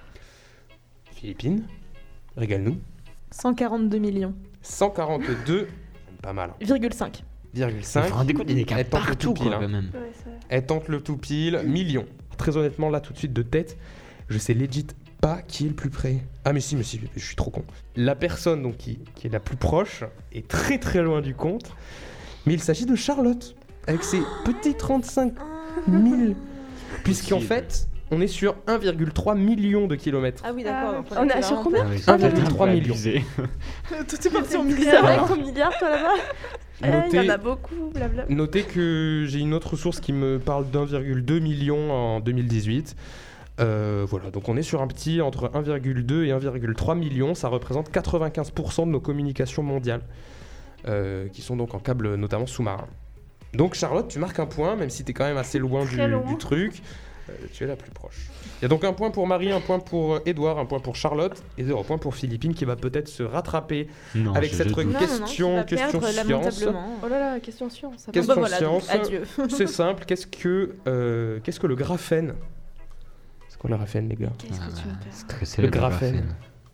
S5: Philippines, régale-nous.
S3: cent quarante-deux millions.
S5: cent quarante-deux, pas mal, hein.
S3: Virgule cinq.
S5: virgule
S1: Vous
S5: cinq.
S1: vous rendez compte, il y a des
S5: Elle
S1: cas
S5: tente le
S1: partout,
S5: tout pile,
S1: quoi,
S5: hein.
S1: quand même.
S2: Ouais, ça-
S5: Elle tente le tout pile, millions. Très honnêtement, là, tout de suite de tête, je sais legit pas qui est le plus près. Ah, mais si, mais si, je suis trop con. La personne donc, qui, qui est la plus proche est très très loin du compte, mais il s'agit de Charlotte, avec ses petits trente-cinq mille. Puisqu'en
S1: Possible.
S5: fait, on est sur un virgule trois million de kilomètres.
S3: Ah oui,
S2: Ah,
S3: d'accord.
S2: ok.
S4: On est à sur combien
S1: Ah oui,
S5: un
S1: c'est
S5: virgule trois
S1: un peu
S5: millions.
S1: abusé.
S3: Tout est parti en
S2: C'est
S3: milliards.
S2: très
S4: Avec ton milliard, toi là-bas Eh, Il y
S5: Notez-
S4: en a beaucoup, blabla.
S5: Notez que j'ai une autre source qui me parle d'un virgule deux million en deux mille dix-huit. Euh, voilà, donc on est sur un petit entre un virgule deux et un virgule trois million. Ça représente quatre-vingt-quinze pour cent de nos communications mondiales, euh, qui sont donc en câble notamment sous-marin. Donc Charlotte, tu marques un point, même si tu es quand même assez loin du,
S2: Très loin.
S5: du truc. Euh, tu es la plus proche. Il y a donc un point pour Marie, un point pour Edouard, un point pour Charlotte et zéro point pour Philippine qui va peut-être se rattraper
S1: Non,
S5: avec
S1: je-
S5: cette
S1: je doute.
S3: Non, non, non,
S5: question,
S3: tu vas
S5: question
S3: perdre
S5: science.
S3: lamentablement.
S4: Oh là là, question science. ça va.
S5: Question
S3: Bon, bah, voilà, donc,
S5: science.
S3: adieu.
S5: C'est simple, qu'est-ce que, euh, qu'est-ce que le graphène? C'est quoi le graphène, les gars?
S3: Qu'est-ce
S1: Ah
S3: que tu
S1: bah,
S3: me perds
S1: stressé,
S5: Le graphène.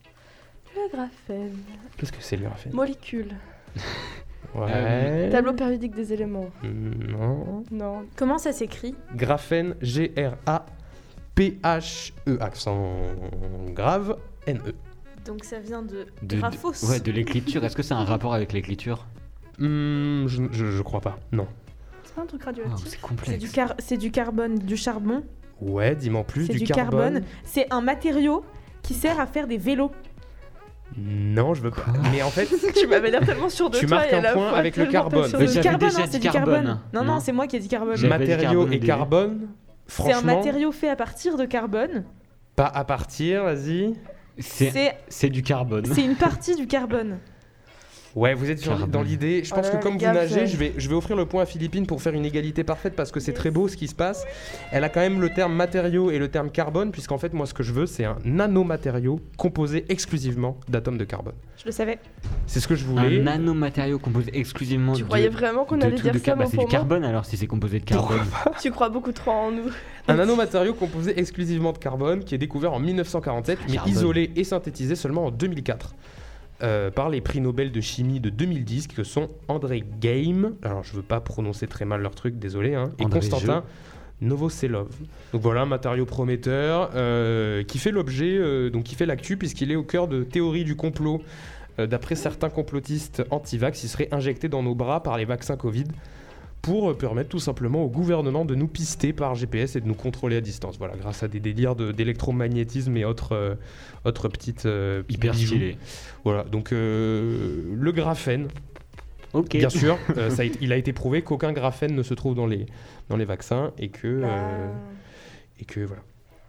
S4: Le graphène.
S5: Qu'est-ce que c'est le graphène?
S4: Molécule.
S5: Ouais.
S1: Euh,
S4: Tableau périodique des éléments.
S5: Non.
S4: Non.
S3: Comment ça s'écrit?
S5: Graphène, G R A P H E, accent grave, N E.
S3: Donc ça vient de,
S1: De,
S3: graphos.
S1: de- ouais, de l'écriture. Est-ce que c'est un rapport avec l'écriture?
S5: Hmm, je, je, je crois pas, non.
S2: C'est pas un truc
S1: Oh,
S2: radioactif.
S1: c'est
S3: C'est
S1: complexe.
S3: du, car- c'est du carbone, du charbon.
S5: Ouais, dis-moi en plus,
S3: C'est
S5: du,
S3: du,
S5: carbone.
S3: carbone. C'est un matériau qui sert à faire des vélos.
S5: Non, je veux pas. Mais en fait,
S4: Tu m'avais l'air tellement sûr de
S5: Tu
S4: toi.
S5: marques
S4: et à
S5: un
S4: la
S5: point
S4: fois
S5: avec le
S4: tellement pas
S5: carbone.
S4: sûre
S1: Mais
S4: de
S3: C'est
S1: j'avais
S3: du carbone,
S1: déjà
S3: hein,
S1: dit
S3: c'est du
S1: carbone,
S3: carbone.
S1: hein.
S3: Non, non,
S1: Non.
S3: c'est moi qui ai dit carbone.
S1: J'ai- J'avais dit
S5: matériau
S1: carbone au
S5: et
S1: début.
S5: carbone,
S3: C'est un
S5: franchement,
S3: matériau fait à partir de carbone.
S5: pas à partir, vas-y.
S1: C'est,
S3: C'est
S1: c'est du carbone.
S3: c'est une partie du carbone.
S5: Ouais, vous êtes sur-
S1: Carbone.
S5: dans l'idée. Je
S4: Oh
S5: pense
S4: là là,
S5: que comme
S4: les
S5: vous
S4: gars,
S5: nagez,
S4: c'est-
S5: je vais, je vais offrir le point à Philippine pour faire une égalité parfaite parce que c'est très beau ce qui se passe. Elle a quand même le terme matériau et le terme carbone, puisqu'en fait, moi, ce que je veux, c'est un nanomatériau composé exclusivement d'atomes de carbone.
S3: Je le savais.
S5: C'est ce que je
S1: Un
S5: voulais.
S1: nanomatériau composé exclusivement
S4: Tu
S1: de,
S4: croyais vraiment qu'on
S1: de
S4: allait
S1: tout
S4: dire
S1: de
S4: ça,
S1: carbone. Bah,
S4: mon
S1: c'est du
S4: pauvre?
S1: carbone alors si c'est composé de carbone.
S4: Tu crois beaucoup trop en nous.
S5: Un nanomatériau composé exclusivement de carbone qui est découvert en mille neuf cent quarante-sept, mais
S1: Carbone.
S5: isolé et synthétisé seulement en deux mille quatre. Euh, par les prix Nobel de chimie de deux mille dix que sont André Geim, alors je veux pas prononcer très mal leur truc, désolé, hein, et
S1: André
S5: Constantin Novoselov. Donc voilà, un matériau prometteur euh, qui fait l'objet, euh, donc qui fait l'actu puisqu'il est au cœur de théories du complot. Euh, D'après certains complotistes anti-vax, il serait injecté dans nos bras par les vaccins Covid pour euh, permettre tout simplement au gouvernement de nous pister par G P S et de nous contrôler à distance. Voilà, grâce à des délires de- d'électromagnétisme et autres, euh, autres petites euh,
S1: Hyper
S5: bijoux.
S1: stylé.
S5: Voilà, donc euh, le graphène,
S1: Ok.
S5: bien sûr, euh, ça a été- il a été prouvé qu'aucun graphène ne se trouve dans les, dans les vaccins et que, euh,
S4: Bah,
S5: et que voilà.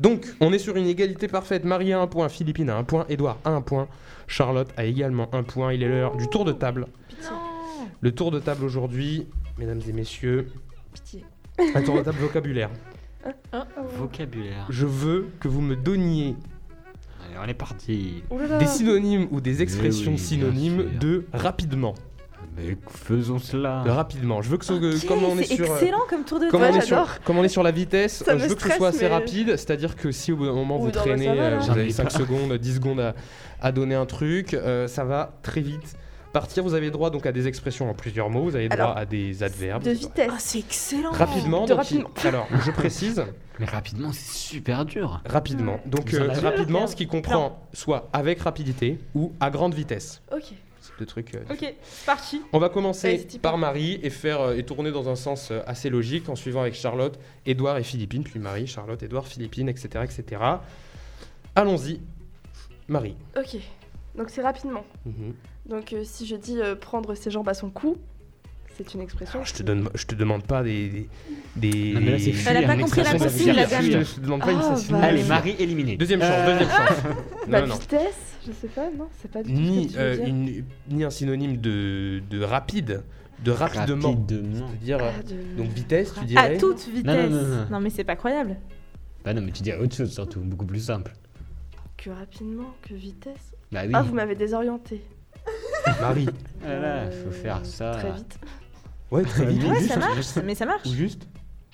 S5: Donc, on est sur une égalité parfaite. Marie a un point, Philippine a un point, Édouard a un point, Charlotte a également un point. Il est l'heure du tour de table.
S3: Non.
S5: Le tour de table aujourd'hui, mesdames et messieurs,
S4: Pitié.
S5: un tour de table vocabulaire.
S1: Vocabulaire.
S5: Je veux que vous me donniez
S1: Allez, on est parti.
S4: Oh là là.
S5: des synonymes ou des expressions
S1: oui, bien
S5: synonymes
S1: sûr.
S5: de rapidement.
S1: Mais faisons cela.
S5: De rapidement. Je veux que ce,
S3: Ok,
S5: comme on est
S3: c'est
S5: sur, euh,
S3: excellent comme tour de
S5: comme,
S3: table.
S5: on est sur,
S3: j'adore.
S5: comme on est sur la vitesse,
S3: Ça
S5: euh,
S3: me
S5: je veux que ce
S3: stresse,
S5: soit assez
S3: mais-
S5: rapide, c'est-à-dire que si au bout d'un moment
S4: Au
S5: vous
S4: bout d'un moment,
S5: traînez,
S4: ça va,
S5: euh,
S4: là.
S5: vous
S1: J'en ai
S5: avez cinq
S1: pas.
S5: secondes, dix secondes à, à donner un truc, euh, ça va très vite partir. Vous avez droit donc à des expressions en plusieurs mots, vous avez droit
S4: Alors,
S5: à des adverbes.
S4: De vitesse.
S3: Ah, c'est excellent.
S5: Rapidement,
S4: De
S5: donc,
S4: rapidement.
S5: il- alors je précise,
S1: Mais rapidement, c'est super dur.
S5: rapidement. Donc
S1: Vous en
S5: euh,
S1: avez
S5: rapidement,
S3: rien.
S5: ce qui comprend soit avec rapidité ou à grande vitesse.
S4: Ok.
S5: C'est le truc. euh,
S3: Ok, c'est parti.
S5: On va commencer
S4: Allez, c'est type
S5: par
S4: un.
S5: Marie et faire euh, et tourner dans un sens euh, assez logique en suivant avec Charlotte, Édouard et Philippine, puis Marie, Charlotte, Édouard, Philippine, et cetera, et cetera. Allons-y, Marie.
S4: Ok. Donc c'est rapidement.
S5: Mhm.
S4: Donc euh, si je dis euh, prendre ses jambes à son cou, c'est une expression.
S5: Alors, je te donne, je te demande pas des des. des-
S1: Non, mais là, c'est
S3: Elle a
S1: fuir,
S3: pas
S1: une
S3: compris la
S1: expression de
S3: consigne, la
S1: fuir.
S3: dame.
S5: Je te, je te demande pas une
S4: Ah,
S5: sensation.
S4: bah.
S1: Allez, Marie éliminée.
S5: Deuxième chance,
S1: Euh,
S5: deuxième chance.
S4: La
S5: non, non.
S4: vitesse, je sais pas, non, c'est pas du tout ce
S5: Ni,
S4: que tu veux
S5: euh,
S4: dire.
S5: une- ni un synonyme de, de rapide, de rapidement.
S1: Rapidement.
S5: C'est-à-dire, euh,
S4: Ah, de-
S5: donc vitesse, tu
S3: À
S5: dirais.
S3: toute vitesse.
S1: Non, non, non, non.
S3: mais c'est pas croyable.
S1: Bah non, mais tu dirais autre chose surtout, beaucoup plus simple.
S4: Que rapidement, que vitesse.
S1: Bah oui.
S4: Ah, vous m'avez désorienté.
S5: Marie.
S1: Voilà,
S4: Euh,
S1: faut faire ça.
S4: Très vite.
S5: Ouais, très vite.
S1: Ouais,
S5: ou
S3: Ouais,
S5: juste,
S3: ça marche, mais ça marche.
S5: Ou juste.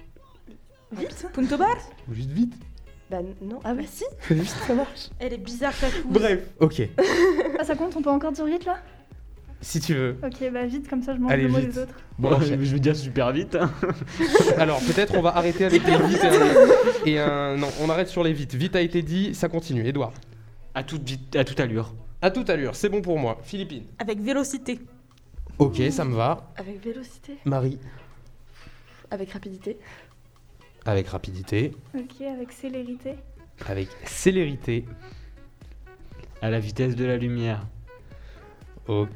S3: Vite. Punto bar.
S5: Ou juste vite.
S4: Bah non, ah bah si,
S5: Juste.
S4: ça marche.
S3: Elle est bizarre ta coupe.
S5: Bref. Ok.
S2: Ah, ça compte, on peut encore dire vite là?
S5: Si tu veux.
S2: Ok, bah vite, comme ça je mange
S5: Allez,
S2: le mot
S5: vite.
S2: des autres.
S1: Bon, je je veux dire super vite. hein.
S5: Alors peut-être on va arrêter avec les vite et un, et un- non, on arrête sur les vite. Vite a été dit, ça continue. Édouard.
S1: À toute, vite, à toute allure.
S5: À toute allure, c'est bon pour moi. Philippine.
S3: Avec vélocité.
S5: Ok, ça me va.
S4: Avec vélocité,
S5: Marie.
S4: avec rapidité,
S5: Avec rapidité.
S2: Ok, avec célérité.
S5: Avec célérité.
S1: À la vitesse de la lumière.
S5: Ok,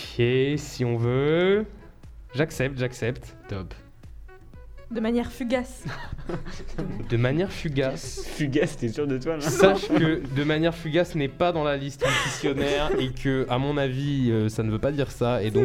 S5: si on veut. J'accepte, j'accepte.
S1: Top.
S3: De manière fugace.
S5: De manière fugace.
S1: Fugace, t'es sûr de toi là?
S5: Sache que de manière fugace n'est pas dans la liste du dictionnaire et que, à mon avis, euh, ça ne veut pas dire ça. Et donc,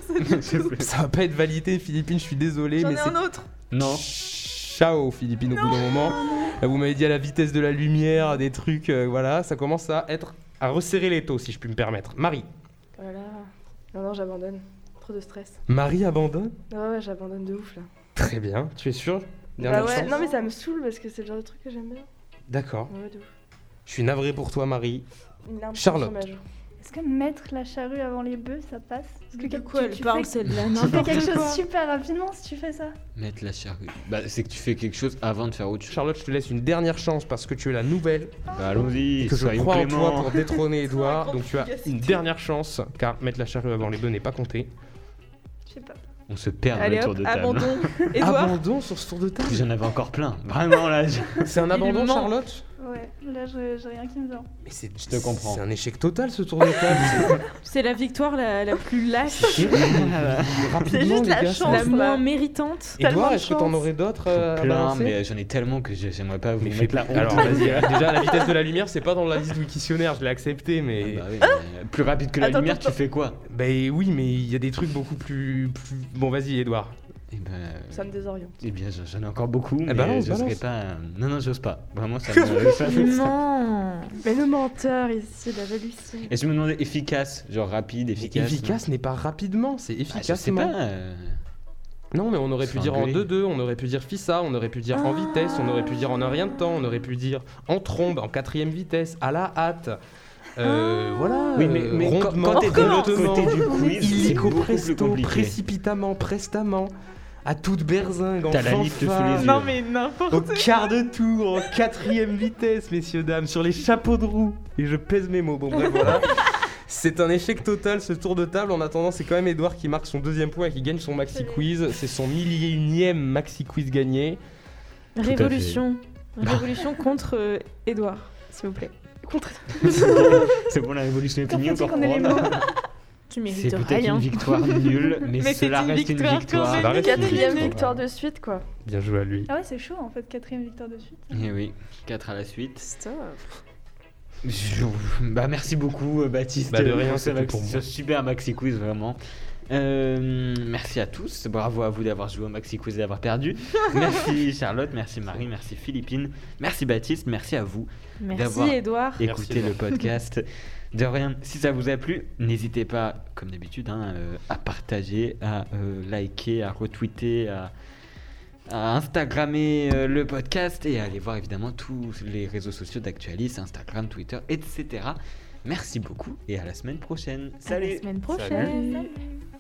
S5: ça va pas être validé, Philippine, je suis désolé.
S3: J'en
S5: mais
S3: ai
S5: c'est
S3: un autre.
S1: Non.
S5: Ciao, Philippine, au bout d'un moment. Là, vous m'avez dit à la vitesse de la lumière, des trucs, euh, voilà, ça commence à être à resserrer les taux, si je puis me permettre. Marie.
S4: voilà. Non, non, j'abandonne. Trop de stress.
S5: Marie abandonne.
S4: Ah ouais, j'abandonne de ouf là.
S5: Très bien. Tu es sûr?
S4: Bah
S5: Dernière
S4: ouais,
S5: chance.
S4: non mais ça me saoule parce que c'est le genre de truc que j'aime bien.
S5: D'accord.
S4: Ouais, de ouf.
S5: Je suis navré pour toi, Marie.
S4: Une larme
S5: Charlotte.
S4: sur ma joue.
S2: Est-ce que mettre la charrue avant les bœufs, ça passe? Parce que
S3: De
S2: tu-
S3: quoi
S2: tu
S3: elle
S2: fais-
S3: parle celle-là?
S2: Tu fais
S3: N'importe
S2: quelque chose
S3: quoi.
S2: super rapidement si tu fais ça.
S1: Mettre la charrue. Bah, c'est que tu fais quelque chose avant de faire autre chose.
S5: Charlotte, je te laisse une dernière chance parce que tu es la nouvelle
S1: Bah, allons-y.
S5: et que je
S1: soyons
S5: crois en
S1: cléments.
S5: toi pour détrôner Edouard.
S3: grande
S5: Donc tu as
S3: fugacité.
S5: une dernière chance car mettre la charrue avant les bœufs n'est pas compté.
S2: Je sais pas.
S1: On se perd dans
S3: Allez
S1: le tour
S3: hop,
S1: de table.
S3: abandon. Edouard.
S5: Abandon sur ce tour de table.
S1: J'en avais encore plein. Vraiment là. je-
S5: C'est un abandon,
S3: ment.
S5: Charlotte?
S2: Ouais, là je- j'ai rien qui me vient.
S5: Mais c'est,
S1: Je te comprends.
S5: C'est un échec total ce tour de table.
S3: C'est la victoire la, la plus lâche,
S5: C'est rapidement,
S4: juste
S5: les
S4: la
S5: gars,
S4: chance.
S3: la
S5: c'est-
S3: moins méritante.
S5: Edouard,
S4: tellement de
S5: est-ce que t'en
S4: chance.
S5: aurais d'autres euh, à
S1: Plein,
S5: balancer?
S1: mais j'en ai tellement que je- j'aimerais pas vous
S5: Mais
S1: mettre la honte.
S5: Alors vas-y, euh, déjà la vitesse de la lumière c'est pas dans la liste Wiktionnaire, je l'ai accepté
S1: Ah
S5: mais...
S1: bah oui, mais plus rapide que la
S4: Attends,
S1: lumière,
S4: attends,
S1: tu fais quoi?
S5: Bah oui mais il y a des trucs beaucoup plus... plus- Bon vas-y Edouard.
S1: Eh ben,
S4: Ça me désoriente.
S1: eh bien, j'en- j'en ai encore beaucoup, mais
S5: balance,
S1: j'oserais
S5: balance.
S1: pas. Non, non, j'ose pas. Vraiment, ça me. ça me-
S3: Non.
S4: Mais le menteur ici, la jalousie.
S1: Et je me demandais efficace, genre rapide, efficace.
S5: Efficace n'est pas rapidement, c'est
S1: non Ah, je sais
S5: efficacement.
S1: pas. euh,
S5: Non mais on aurait pu
S1: Faut
S5: dire en
S1: engueuler.
S5: deux deux, on aurait pu dire fissa, on aurait pu dire en vitesse, on aurait pu dire en un rien de temps, on aurait pu dire en trombe, en quatrième vitesse, à la hâte. Euh, voilà.
S1: Oui, mais,
S5: euh,
S1: mais quand,
S5: rondement,
S1: quand t'es de l'autre
S5: lentement,
S1: côté du quiz, c'est
S5: illico
S1: beaucoup plus
S5: presto,
S1: compliqué.
S5: précipitamment, prestamment, à toute berzingue, en
S1: T'as la liste sous les
S5: fanfare,
S1: yeux.
S3: Non mais n'importe
S5: au quart de tour, en quatrième vitesse, messieurs, dames, sur les chapeaux de roue. Et je pèse mes mots. Bon, bref, voilà. C'est un échec total ce tour de table. En attendant, c'est quand même Edouard qui marque son deuxième point et qui gagne son maxi quiz. C'est son millier unième maxi quiz gagné.
S1: à fait.
S3: Révolution. Révolution contre euh, Edouard, s'il vous plaît.
S4: Contre.
S1: C'est bon, la révolution est
S2: Quand
S1: finie,
S2: faut-il
S1: encore
S2: qu'on ait les mots?
S3: Tu mérites
S1: C'est peut-être
S3: rien.
S1: une victoire nulle, mais,
S3: Mais c'est
S1: cela
S3: une
S1: reste
S3: victoire
S1: une victoire.
S3: quand même.
S5: Ça reste une
S4: Quatrième
S5: victoire.
S4: victoire de suite, quoi.
S5: Bien joué à lui.
S2: Ah ouais, c'est chaud en fait, quatrième victoire de suite.
S1: Et oui, quatre à la suite.
S4: Stop.
S1: Je- Bah, merci beaucoup, euh, Baptiste.
S5: Bah, de rien,
S1: pour ce
S5: c'était
S1: maxi-
S5: pour moi.
S1: ce super maxi quiz, vraiment. Euh, merci à tous. Bravo à vous d'avoir joué au maxi quiz et d'avoir perdu. Merci Charlotte, merci Marie, merci Philippine, merci Baptiste, merci à vous
S3: Merci
S1: d'avoir
S3: Edouard.
S1: écouté
S5: Merci,
S1: le podcast. De rien, si ça vous a plu, n'hésitez pas, comme d'habitude, hein, euh, à partager, à euh, liker, à retweeter, à, à Instagrammer euh, le podcast et à aller voir évidemment tous les réseaux sociaux d'Actualis, Instagram, Twitter, et cetera. Merci beaucoup et à la semaine prochaine.
S3: À
S1: Salut.
S3: la semaine
S5: Salut.
S3: prochaine.
S2: Salut.